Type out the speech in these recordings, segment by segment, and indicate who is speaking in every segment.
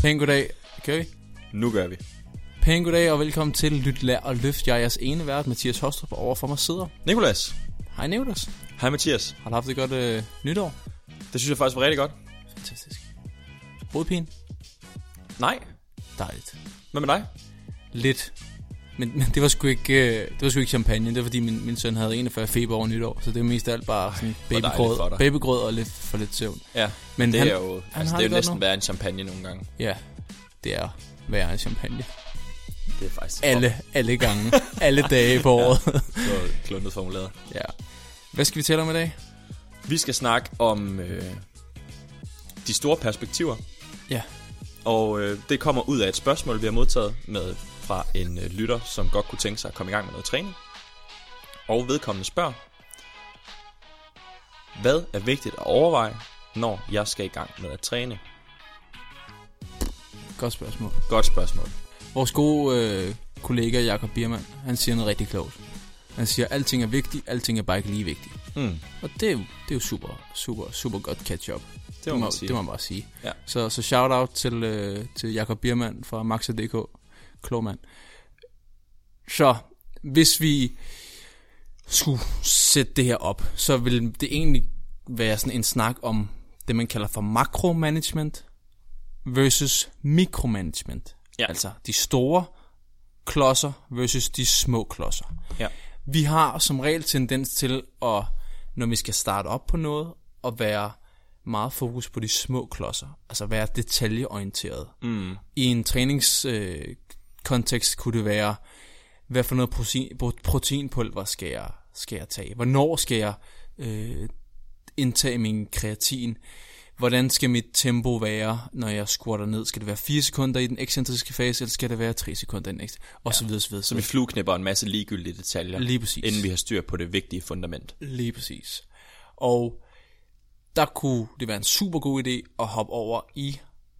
Speaker 1: Pæn goddag. Kører vi?
Speaker 2: Nu gør vi.
Speaker 1: Pæn goddag og velkommen til Lyt, Lær og Løft. Jeg er jeres ene vært, Mathias Hostrup, og overfor mig sidder
Speaker 2: Nicolas.
Speaker 1: Hej Nicolas.
Speaker 2: Hej Mathias.
Speaker 1: Har du haft et godt nytår?
Speaker 2: Det synes jeg faktisk var rigtig godt.
Speaker 1: Fantastisk. Hovedpine?
Speaker 2: Nej.
Speaker 1: Dejligt.
Speaker 2: Hvad med dig?
Speaker 1: Lidt. Men det var sgu ikke champagne. Det var fordi min søn havde 41 feber over nytår. Så det er mest af alt bare sådan babygrød og lidt for lidt søvn.
Speaker 2: Ja,
Speaker 1: men
Speaker 2: det er jo, det er jo næsten værre en champagne nogle gange.
Speaker 1: Ja, det er værre en champagne.
Speaker 2: Det er faktisk
Speaker 1: alle gange. Alle dage på året.
Speaker 2: Ja, det var kluntet formuleret.
Speaker 1: Ja. Hvad skal vi tale om i dag?
Speaker 2: Vi skal snakke om de store perspektiver.
Speaker 1: Ja.
Speaker 2: Og det kommer ud af et spørgsmål, vi har modtaget fra en lytter, som godt kunne tænke sig at komme i gang med noget træning. Og vedkommende spørger: hvad er vigtigt at overveje, når jeg skal i gang med at træne?
Speaker 1: Godt spørgsmål.
Speaker 2: Godt spørgsmål.
Speaker 1: Vores gode kollega Jakob Biermann, han siger noget rigtig klogt. Han siger, at alting er vigtigt, alting er bare ikke lige vigtigt. Og det er jo super godt catch-up. Det må man bare sige. Ja. Så shout-out til Jakob Biermann fra Maxa.dk. Klog mand. Så hvis vi skulle sætte det her op, så vil det egentlig være sådan en snak om det, man kalder for makromanagement versus mikromanagement. Ja. Altså de store klodser versus de små klodser. Ja. Vi har som regel tendens til at, når vi skal starte op på noget, at være meget fokus på de små klodser. Altså være detaljeorienteret. I en træningskontekst kunne det være, hvad for noget proteinpulver skal jeg tage? Hvornår skal jeg indtage min kreatin? Hvordan skal mit tempo være, når jeg squatter ned? Skal det være 4 sekunder i den ekscentriske fase, eller skal det være 3 sekunder i den ekscentriske? Og så videre, så videre.
Speaker 2: Så vi flueknipper en masse ligegyldige detaljer,
Speaker 1: lige præcis,
Speaker 2: inden vi har styr på det vigtige fundament. Lige
Speaker 1: præcis. Og der kunne det være en super god idé at hoppe over i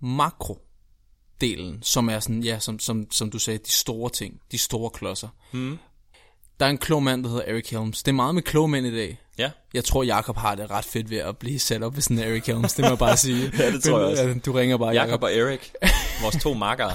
Speaker 1: makrodelen, som er sådan, ja, som du sagde, de store ting, de store klodser. Der er en klog mand, der hedder Eric Helms. Det er meget med kloge mænd i dag. Ja. Jeg tror, Jakob har det ret fedt ved at blive sat op ved sådan en Eric Helms. Det må jeg bare sige.
Speaker 2: Ja, det tror jeg også.
Speaker 1: Du ringer bare
Speaker 2: Jakob og Eric, vores 2 makkere.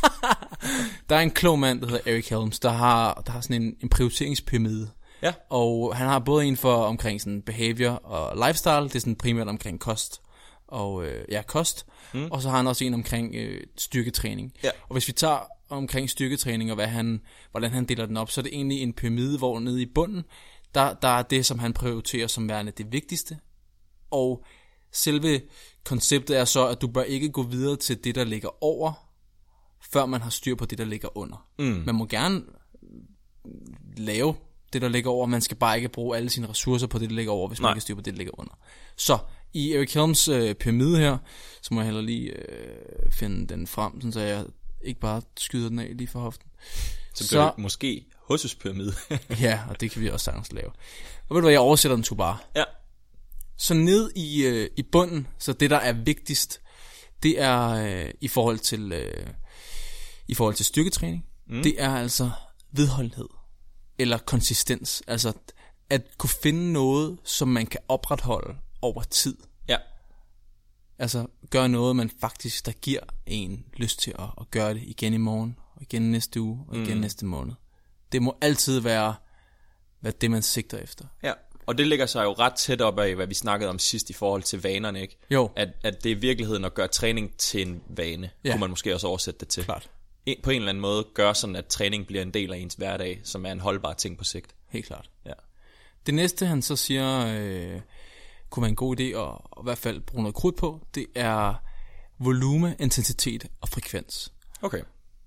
Speaker 1: Der er en klog mand, der hedder Eric Helms, der har sådan en prioriteringspyramide. Ja. Og han har både en for omkring sådan behavior og lifestyle. Det er sådan primært omkring kost. Og kost. Og så har han også en omkring styrketræning. Ja. Og hvis vi tager omkring styrketræning og hvordan han deler den op, så er det egentlig en pyramide, hvor nede i bunden, der er det, som han prioriterer som værende det vigtigste. Og selve konceptet er så, at du bør ikke gå videre til det, der ligger over, før man har styr på det, der ligger under. Man må gerne lave det, der ligger over. Man skal bare ikke bruge alle sine ressourcer på det, der ligger over, hvis man ikke har styr på det, der ligger under. Så i Eric Helms pyramide her, så må jeg heller lige finde den frem, sådan så jeg ikke bare skyder den af lige for hoften.
Speaker 2: Så bliver det måske Hosus-pyramide.
Speaker 1: Ja, og det kan vi også sagtens lave. Og ved du hvad, jeg oversætter den to bare. Ja. Så ned i bunden, så det der er vigtigst, det er i forhold til styrketræning, det er altså vedholdenhed eller konsistens, altså at kunne finde noget, som man kan opretholde over tid. Ja. Altså gøre noget, man faktisk, der giver en lyst til at gøre det igen i morgen, og igen næste uge, og igen næste måned. Det må altid være det, man sigter efter. Ja,
Speaker 2: og det ligger sig jo ret tæt op af, hvad vi snakkede om sidst i forhold til vanerne, ikke? Jo. At det er virkeligheden at gøre træning til en vane, kunne man måske også oversætte det til. Klart. På en eller anden måde gøre sådan, at træning bliver en del af ens hverdag, som er en holdbar ting på sigt.
Speaker 1: Helt klart. Ja. Det næste, han så siger, kunne være en god idé at i hvert fald bruge noget krudt på, det er volume, intensitet og frekvens.
Speaker 2: Okay.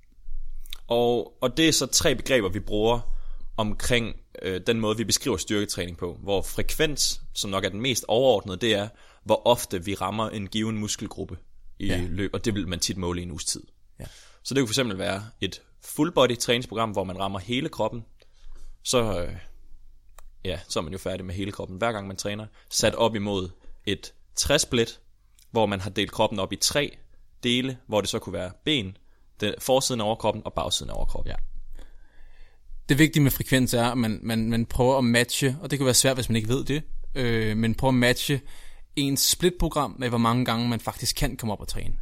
Speaker 2: Og det er så 3 begreber, vi bruger omkring den måde, vi beskriver styrketræning på. Hvor frekvens, som nok er den mest overordnede, det er, hvor ofte vi rammer en given muskelgruppe i løb, og det vil man tit måle i en uges tid. Ja. Så det kunne fx være et full body træningsprogram, hvor man rammer hele kroppen. Så er man jo færdig med hele kroppen, hver gang man træner. Sat op imod et træsplit, hvor man har delt kroppen op i 3 dele, hvor det så kunne være ben, den forsiden af overkroppen og bagsiden af overkroppen. Ja.
Speaker 1: Det vigtige med frekvens er, at man prøver at matche, og det kan være svært, hvis man ikke ved det, men prøver at matche ens splitprogram med, hvor mange gange man faktisk kan komme op og træne.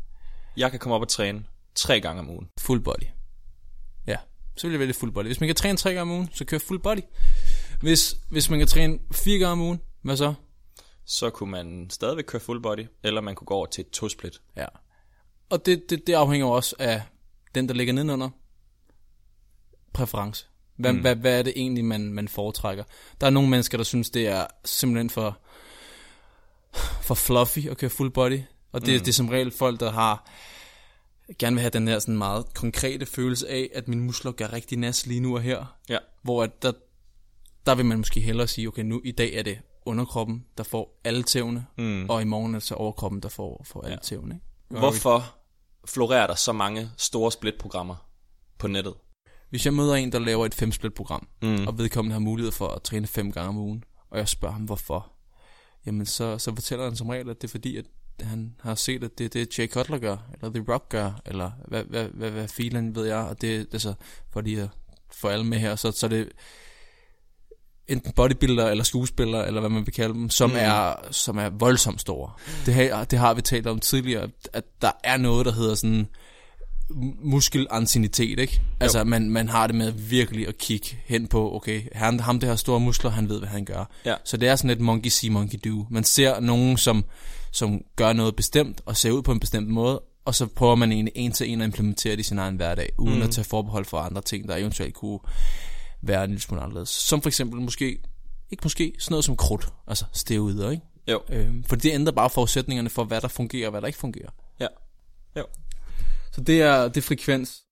Speaker 2: Jeg kan komme op og træne 3 gange om ugen.
Speaker 1: Full body. Ja, så vil jeg vælge full body. Hvis man kan træne 3 gange om ugen, så kør full body. Hvis man kan træne 4 gange om ugen, hvad så?
Speaker 2: Så kunne man stadigvæk køre full body, eller man kunne gå over til et 2-split.
Speaker 1: Ja. Og det afhænger også af den, der ligger nedenunder. Præference. Hvad er det egentlig, man foretrækker? Der er nogle mennesker, der synes, det er simpelthen for fluffy at køre full body. Og det er som regel folk, der gerne vil have den her sådan meget konkrete følelse af, at mine muskler gør rigtig nas lige nu og her.
Speaker 2: Ja.
Speaker 1: Hvor der vil man måske hellere sige, okay, nu i dag er det underkroppen, der får alle tævne, og i morgen er det så overkroppen, der får alle tævne. Ikke?
Speaker 2: Hvorfor florerer der så mange store split-programmer på nettet?
Speaker 1: Hvis jeg møder en, der laver et 5-split-program, og vedkommende har mulighed for at træne 5 gange om ugen, og jeg spørger ham, hvorfor, jamen så fortæller han som regel, at det er fordi, at han har set, at det er det, Jay Cutler gør, eller The Rock gør, eller hvad filen ved jeg, og det er altså, for lige at få alle med her, så er det enten bodybuilder eller skuespillere, eller hvad man vil kalde dem, som er voldsomt store. Det har vi talt om tidligere, at der er noget, der hedder sådan muskelancienitet, ikke? Altså man har det med virkelig at kigge hen på, okay, ham der har store muskler, han ved, hvad han gør. Ja. Så det er sådan et monkey see, monkey do. Man ser nogen, som gør noget bestemt, og ser ud på en bestemt måde, og så prøver man egentlig en til en at implementere det i sin egen hverdag, uden at tage forbehold for andre ting, der eventuelt kunne være en lille smule anderledes. Som for eksempel sådan noget som krudt, altså steroider, ikke?
Speaker 2: Jo.
Speaker 1: For det ændrer bare forudsætningerne for, hvad der fungerer og hvad der ikke fungerer.
Speaker 2: Ja. Jo.
Speaker 1: Så det er frekvens.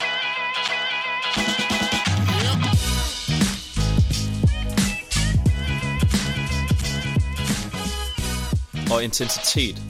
Speaker 2: Og intensitet.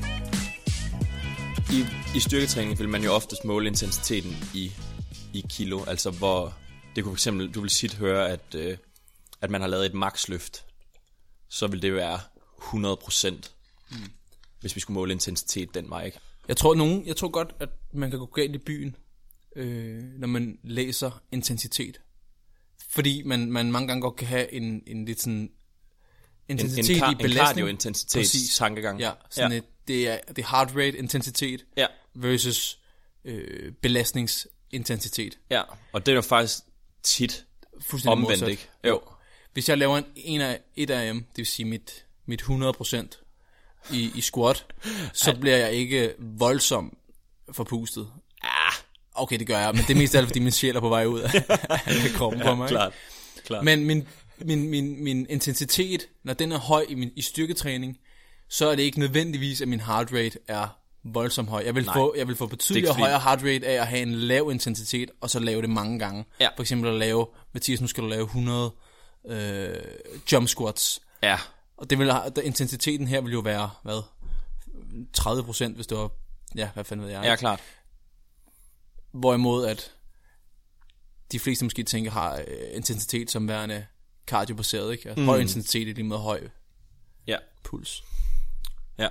Speaker 2: I styrketræning vil man jo oftest måle intensiteten i kilo. Altså hvor det kunne for eksempel, du vil tit høre, at man har lavet et maxløft. Så vil det være 100%, hvis vi skulle måle intensitet den vej, ikke?
Speaker 1: Jeg tror godt, at man kan gå galt i byen, når man læser intensitet. Fordi man mange gange godt kan have en lidt sådan intensitet i belastning. En
Speaker 2: cardio-intensitets tankegang.
Speaker 1: Ja, sådan det er heart rate intensitet versus belastningsintensitet. Ja,
Speaker 2: og det er jo faktisk tit omvendt, ikke? Jo.
Speaker 1: Hvis jeg laver et RM, det vil sige mit 100% i squat, så bliver jeg ikke voldsomt forpustet. Okay, det gør jeg, men det er mest alt, fordi min sjæl er på vej ud af kroppen på mig. Klart. Men min intensitet, når den er høj i styrketræning, så er det ikke nødvendigvis, at min heart rate er voldsomt høj. Jeg vil få betydeligt højere heart rate af at have en lav intensitet, og så lave det mange gange. Ja. For eksempel at lave, Mathias, nu skal du lave 100 jump squats. Ja. Og intensiteten her vil jo være, 30%, hvis det var, hvad fanden ved jeg.
Speaker 2: Ja, klart.
Speaker 1: Hvorimod at de fleste måske tænker har intensitet som værende kardiobaseret, ikke? Altså, høj intensitet er lige med høj puls.
Speaker 2: Ja.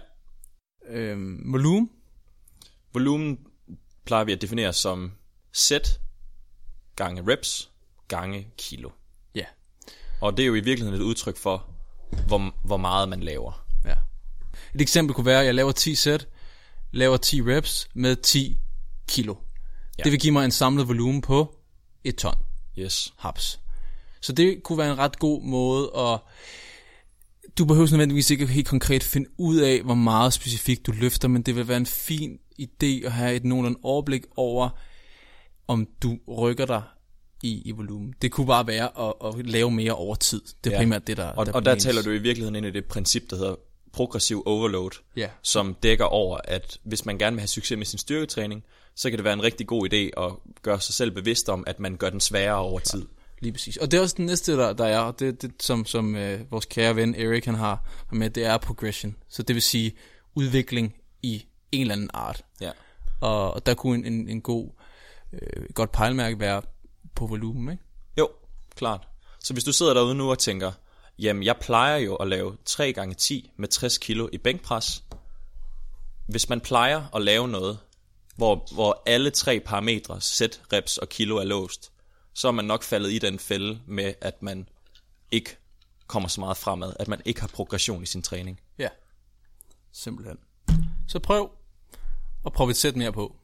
Speaker 2: Volumen plejer vi at definere som sæt gange reps gange kilo. Ja. Og det er jo i virkeligheden et udtryk for, hvor meget man laver. Ja.
Speaker 1: Et eksempel kunne være, at jeg laver 10 sæt, laver 10 reps med 10 kilo. Ja. Det vil give mig en samlet volumen på 1 ton.
Speaker 2: Yes.
Speaker 1: Haps. Så det kunne være en ret god måde at... Du behøver nødvendigvis ikke helt konkret finde ud af, hvor meget specifikt du løfter, men det vil være en fin idé at have et nogenlunde overblik over, om du rykker dig i volumen. Det kunne bare være at lave mere over tid. Det er primært det, der...
Speaker 2: Og der taler du i virkeligheden ind i det princip, der hedder progressiv overload, som dækker over, at hvis man gerne vil have succes med sin styrketræning, så kan det være en rigtig god idé at gøre sig selv bevidst om, at man gør den sværere over tid.
Speaker 1: Lige præcis. Og det er også den næste, der er, og det som vores kære ven Erik han har med, det er progression. Så det vil sige udvikling i en eller anden art. Ja. Og der kunne en godt pejlemærke være på volumen, ikke?
Speaker 2: Jo, klart. Så hvis du sidder derude nu og tænker, jamen jeg plejer jo at lave 3x10 med 60 kilo i bænkpres. Hvis man plejer at lave noget, hvor alle 3 parametre, sæt, reps og kilo er låst, så er man nok faldet i den fælde med, at man ikke kommer så meget fremad, at man ikke har progression i sin træning.
Speaker 1: Ja, simpelthen. Så prøv at prøve et sæt mere på.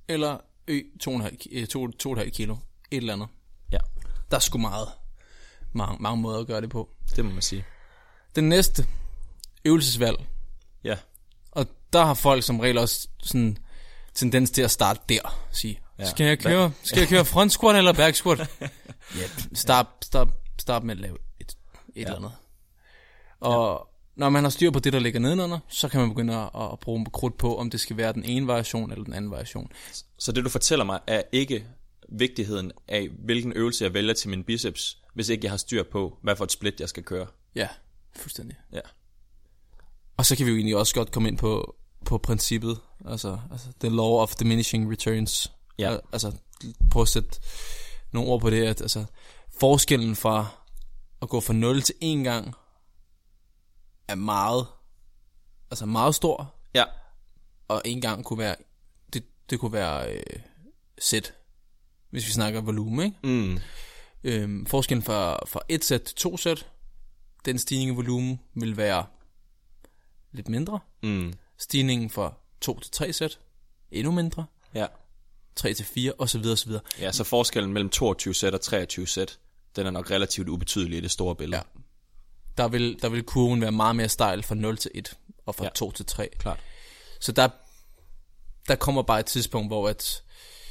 Speaker 1: eller 2,5 kilo. Et eller andet.
Speaker 2: Ja.
Speaker 1: Der er sgu mange måder at gøre det på.
Speaker 2: Det må man sige.
Speaker 1: Den næste, øvelsesvalg.
Speaker 2: Ja.
Speaker 1: Og der har folk som regel også sådan tendens til at starte der. Sige, skal jeg køre front squat eller back squat? Ja, start med at lave et eller andet. Og når man har styr på det, der ligger nedenunder, så kan man begynde at bruge krudt på, om det skal være den ene variation eller den anden variation.
Speaker 2: Så det, du fortæller mig, er ikke vigtigheden af, hvilken øvelse jeg vælger til min biceps, hvis ikke jeg har styr på, hvad for et split jeg skal køre.
Speaker 1: Ja, fuldstændig.
Speaker 2: Ja.
Speaker 1: Og så kan vi jo egentlig også godt komme ind på princippet, altså the law of diminishing returns.
Speaker 2: Ja.
Speaker 1: Altså prøv at sætte nogle ord på det, at altså forskellen fra at gå fra 0 til 1 gang er meget stor.
Speaker 2: Ja.
Speaker 1: Og 1 gang kunne være det kunne være sæt, hvis vi snakker volumen, ikke? Forskellen fra 1 sæt til 2 sæt, den stigning i volumen vil være lidt mindre. Stigningen fra 2 til 3 sæt endnu mindre.
Speaker 2: Ja.
Speaker 1: 3 til 4 og så videre og så videre.
Speaker 2: Ja, så forskellen mellem 22 sæt og 23 sæt, den er nok relativt ubetydelig i det store billede.
Speaker 1: Ja. Der vil kurven være meget mere stejl fra 0 til 1 og fra 2 til 3.
Speaker 2: Klart.
Speaker 1: Så der kommer bare et tidspunkt, hvor at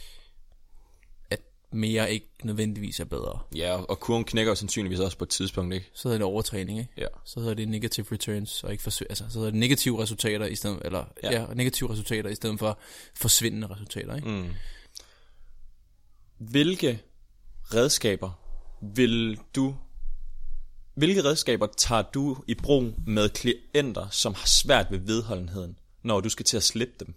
Speaker 1: mere ikke nødvendigvis er bedre.
Speaker 2: Ja, og kurven knækker jo sandsynligvis også på et tidspunkt, ikke?
Speaker 1: Så hedder det overtræning, ikke?
Speaker 2: Ja.
Speaker 1: Så hedder det negative returns og ikke så hedder det negative resultater i stedet negative resultater i stedet for forsvindende resultater, ikke?
Speaker 2: Hvilke redskaber tager du i brug med klienter, som har svært ved vedholdenheden, når du skal til at slippe dem?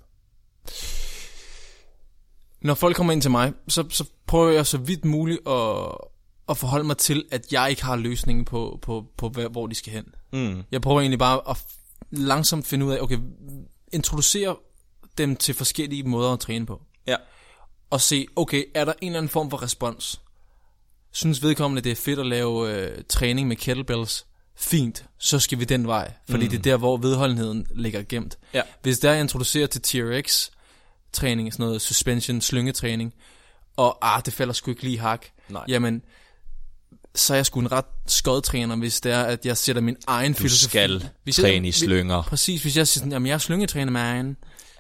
Speaker 1: Når folk kommer ind til mig, så prøver jeg så vidt muligt at forholde mig til, at jeg ikke har løsningen på hvor de skal hen. Jeg prøver egentlig bare at langsomt finde ud af, okay, introducere dem til forskellige måder at træne på.
Speaker 2: Ja.
Speaker 1: Og se, okay, er der en eller anden form for respons? Synes vedkommende, det er fedt at lave træning med kettlebells? Fint, så skal vi den vej. Fordi det er der, hvor vedholdenheden ligger gemt. Ja. Hvis der er introduceret til TRX træning, sådan noget suspension, slyngetræning, og det falder sgu ikke lige hak. Nej. Jamen, så er jeg sgu en ret skodtræner, hvis det er, at jeg sætter min egen filosofi.
Speaker 2: Du skal træne i slynger.
Speaker 1: Præcis, hvis jeg siger sådan, jamen jeg er slyngetræner med egen,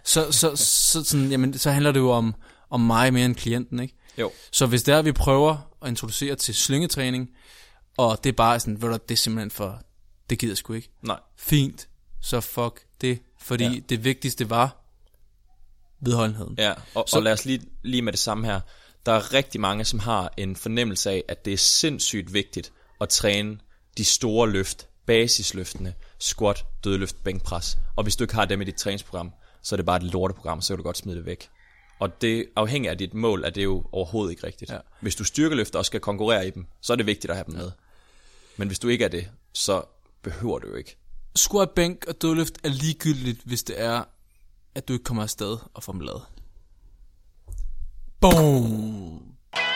Speaker 1: så handler det jo om mig mere end klienten, ikke?
Speaker 2: Jo.
Speaker 1: Så hvis det er, at vi prøver at introducere til slyngetræning, og det er bare sådan, det er simpelthen for, det gider sgu ikke.
Speaker 2: Nej.
Speaker 1: Fint, så fuck det, fordi det vigtigste var vedholdenheden.
Speaker 2: Ja, og lad os lige med det samme her. Der er rigtig mange, som har en fornemmelse af, at det er sindssygt vigtigt at træne de store løft, basisløftene, squat, dødløft, bænkpres. Og hvis du ikke har dem i dit træningsprogram, så er det bare et lorteprogram, så kan du godt smide det væk. Og det afhængig af dit mål, er det jo overhovedet ikke rigtigt. Ja. Hvis du styrkeløfter og skal konkurrere i dem, så er det vigtigt at have dem med. Men hvis du ikke er det, så behøver du jo ikke.
Speaker 1: Squat, bænk og dødløft er ligegyldigt, hvis det er, at du ikke kommer afsted og får dem lavet. Boom!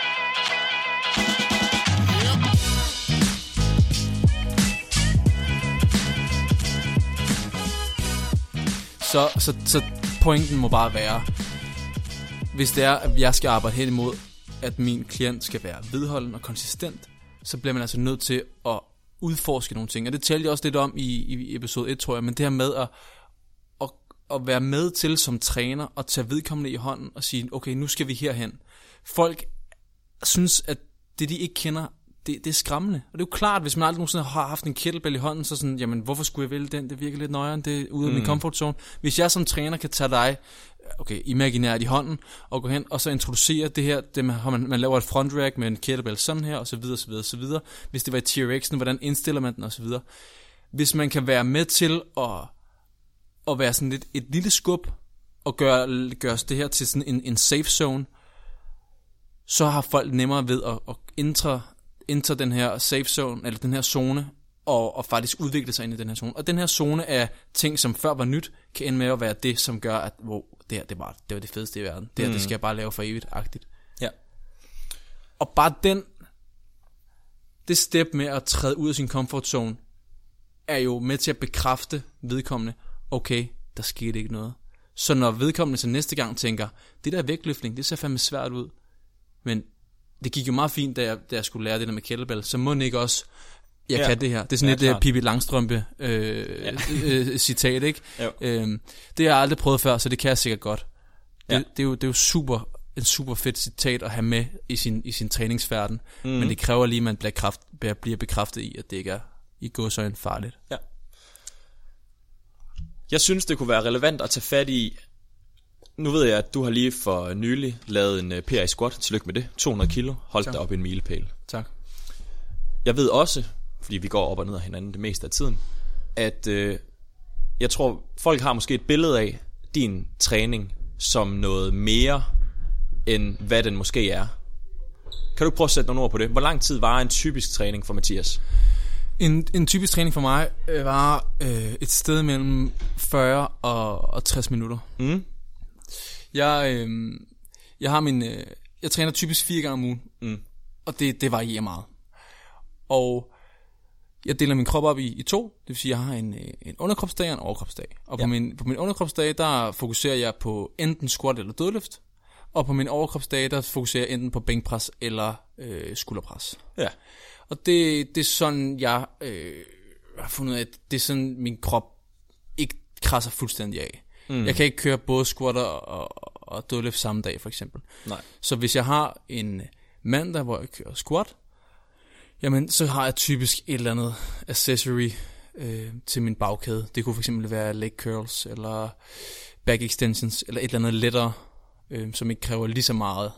Speaker 1: Så pointen må bare være, hvis det er, at jeg skal arbejde hen imod, at min klient skal være vedholden og konsistent, så bliver man altså nødt til at udforske nogle ting. Og det talte jeg også lidt om i episode 1, tror jeg, men det her med at være med til som træner og tage vedkommende i hånden og sige, okay, nu skal vi herhen. Folk synes, at det de ikke kender, det er skræmmende. Og det er jo klart, hvis man aldrig nogensinde har haft en kettlebell i hånden, så sådan, jamen hvorfor skulle jeg vælge den? Det virker lidt nøjere, det er ude af min comfort zone. Hvis jeg som træner kan tage dig, okay, imaginært i hånden, og gå hen og så introducere det her, det man laver et front rack med en kettlebell sådan her, og så videre, så videre, så videre. Hvis det var i TRX'en, hvordan indstiller man den, og så videre. Hvis man kan være med til at være sådan lidt et lille skub, og gøre det her til sådan en safe zone, så har folk nemmere ved at entre den her safe zone, eller den her zone, og faktisk udvikle sig ind i den her zone. Og den her zone af ting, som før var nyt, kan ende med at være det, som gør, at det var det fedeste i verden. Det skal jeg bare lave for evigt-agtigt. Ja. Og bare det step med at træde ud af sin comfort zone, er jo med til at bekræfte vedkommende, okay, der skete ikke noget. Så når vedkommende så næste gang tænker, det der vægtløftning, det ser fandme svært ud. Men det gik jo meget fint, da jeg skulle lære det der med kettlebell. Så må ikke også, jeg kan det her. Det er sådan et Pippi Langstrømpe citat, ikke? Det har jeg aldrig prøvet før, så det kan jeg sikkert godt. Det er jo en super fedt citat at have med i sin træningsverden. Men det kræver lige, at man bliver bekræftet i, at det ikke er i gåseøjne farligt.
Speaker 2: Ja. Jeg synes, det kunne være relevant at tage fat i. Nu ved jeg, at du har lige for nylig lavet en PR i squat. Tillykke med det. 200 kilo. Hold dig op i en milepæl.
Speaker 1: Tak.
Speaker 2: Jeg ved også, fordi vi går op og ned af hinanden det meste af tiden, at jeg tror, folk har måske et billede af din træning som noget mere, end hvad den måske er. Kan du prøve at sætte nogle ord på det? Hvor lang tid var en typisk træning for Mathias?
Speaker 1: En typisk træning for mig var et sted mellem 40 og 60 minutter. Jeg træner typisk 4 gange om ugen, og det varierer meget. Og jeg deler min krop op i 2, det vil sige, at jeg har en underkropsdag og en overkropsdag. Og på min underkropsdag, der fokuserer jeg på enten squat eller dødløft, og på min overkropsdag, der fokuserer jeg enten på bænkpres eller skulderpres.
Speaker 2: Ja.
Speaker 1: Og det er sådan, jeg har fundet ud af, at det er sådan, min krop ikke krasser fuldstændig af. Jeg kan ikke køre både squatter og dødløft samme dag, for eksempel.
Speaker 2: Nej.
Speaker 1: Så hvis jeg har en mandag, hvor jeg kører squat, jamen, så har jeg typisk et eller andet accessory til min bagkæde. Det kunne for eksempel være leg curls, eller back extensions, eller et eller andet lettere, som ikke kræver lige så meget.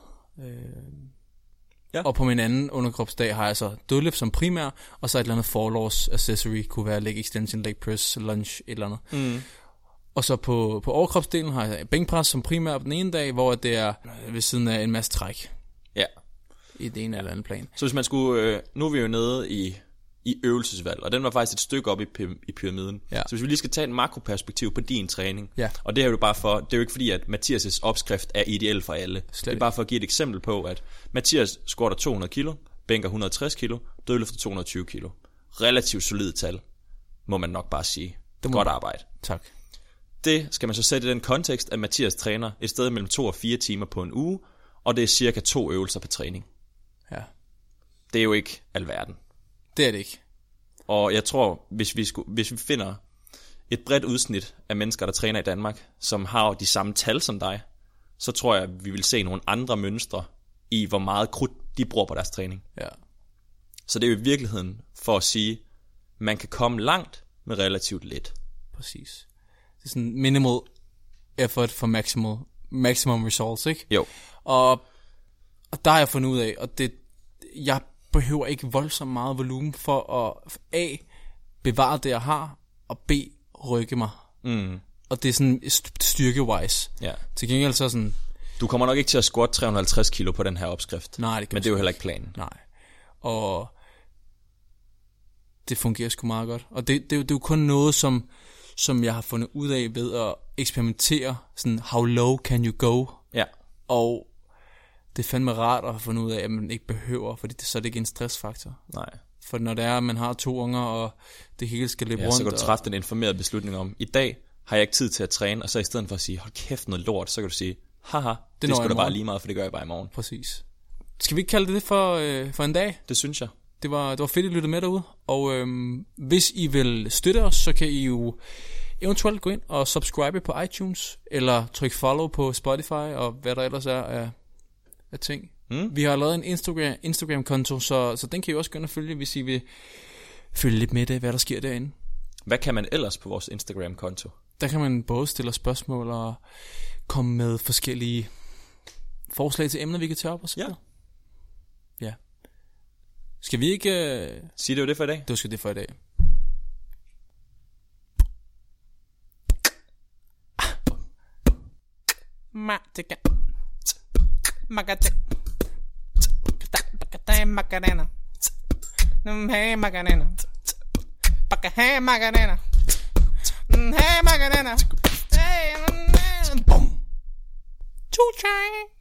Speaker 1: Og på min anden underkropsdag har jeg så dødløft som primær, og så et eller andet forlovs accessory, kunne være leg extension, leg press, lunge, et eller andet. Og så på overkropsdelen har jeg bænkpres som primær på den ene dag, hvor det er ved siden af en masse træk.
Speaker 2: Ja.
Speaker 1: I det ene eller andet plan.
Speaker 2: Så hvis man skulle, nu er vi jo nede i øvelsesvalg, og den var faktisk et stykke op i pyramiden. Ja. Så hvis vi lige skal tage et makroperspektiv på din træning, og det er jo bare for, det er jo ikke fordi, at Mathias' opskrift er ideel for alle. Det er bare for at give et eksempel på, at Mathias squatter 200 kilo, bænker 160 kilo, dødløfter 220 kilo. Relativt solid tal, må man nok bare sige. Det godt arbejde.
Speaker 1: Tak.
Speaker 2: Det skal man så sætte i den kontekst, at Mathias træner et sted mellem 2 og 4 timer på en uge, og det er cirka 2 øvelser per træning.
Speaker 1: Ja.
Speaker 2: Det er jo ikke alverden.
Speaker 1: Det er det ikke.
Speaker 2: Og jeg tror, hvis vi finder et bredt udsnit af mennesker, der træner i Danmark, som har de samme tal som dig, så tror jeg, vi vil se nogle andre mønstre i, hvor meget krudt de bruger på deres træning.
Speaker 1: Ja.
Speaker 2: Så det er jo i virkeligheden for at sige, man kan komme langt med relativt lidt.
Speaker 1: Præcis. Det er sådan minimal effort for maximum results, ikke?
Speaker 2: Jo.
Speaker 1: Og der har jeg fundet ud af, og jeg behøver ikke voldsomt meget volumen for at A, bevare det jeg har, og B, rykke mig. Og det er sådan styrke-wise.
Speaker 2: Ja.
Speaker 1: Til gengæld så sådan...
Speaker 2: Du kommer nok ikke til at squat 350 kilo på den her opskrift.
Speaker 1: Nej, det kan
Speaker 2: men det er jo heller ikke planen.
Speaker 1: Nej. Og det fungerer sgu meget godt. Og det er jo kun noget, som jeg har fundet ud af ved at eksperimentere. Sådan, how low can you go?
Speaker 2: Ja.
Speaker 1: Og det er fandme rart at have fundet ud af, at man ikke behøver, fordi så er det ikke en stressfaktor.
Speaker 2: Nej.
Speaker 1: For når det er, at man har 2 unger, og det hele skal løbe rundt.
Speaker 2: Så kan du træffe den informerede beslutning om, i dag har jeg ikke tid til at træne, og så i stedet for at sige, hold kæft noget lort, så kan du sige, haha, det skulle da bare lige meget, for det gør jeg bare i morgen.
Speaker 1: Præcis. Skal vi ikke kalde det for en dag?
Speaker 2: Det synes jeg.
Speaker 1: Det var fedt, at I lyttede med derude. Og hvis I vil støtte os, så kan I jo eventuelt gå ind og subscribe på iTunes, eller trykke follow på Spotify, og hvad der ellers er af ting. Vi har lavet en Instagram-konto, så den kan I også gå ind og følge, hvis I vil følge lidt med det, hvad der sker derinde.
Speaker 2: Hvad kan man ellers på vores Instagram-konto?
Speaker 1: Der kan man både stille spørgsmål og komme med forskellige forslag til emner, vi kan tage op og så videre. Ja. Skal vi ikke...
Speaker 2: Sige det var det for i dag?
Speaker 1: Det var sgu det for i dag. Macarena. Hey Macarena. Hey Macarena. Hey Macarena. Hey. Boom. 2 chain.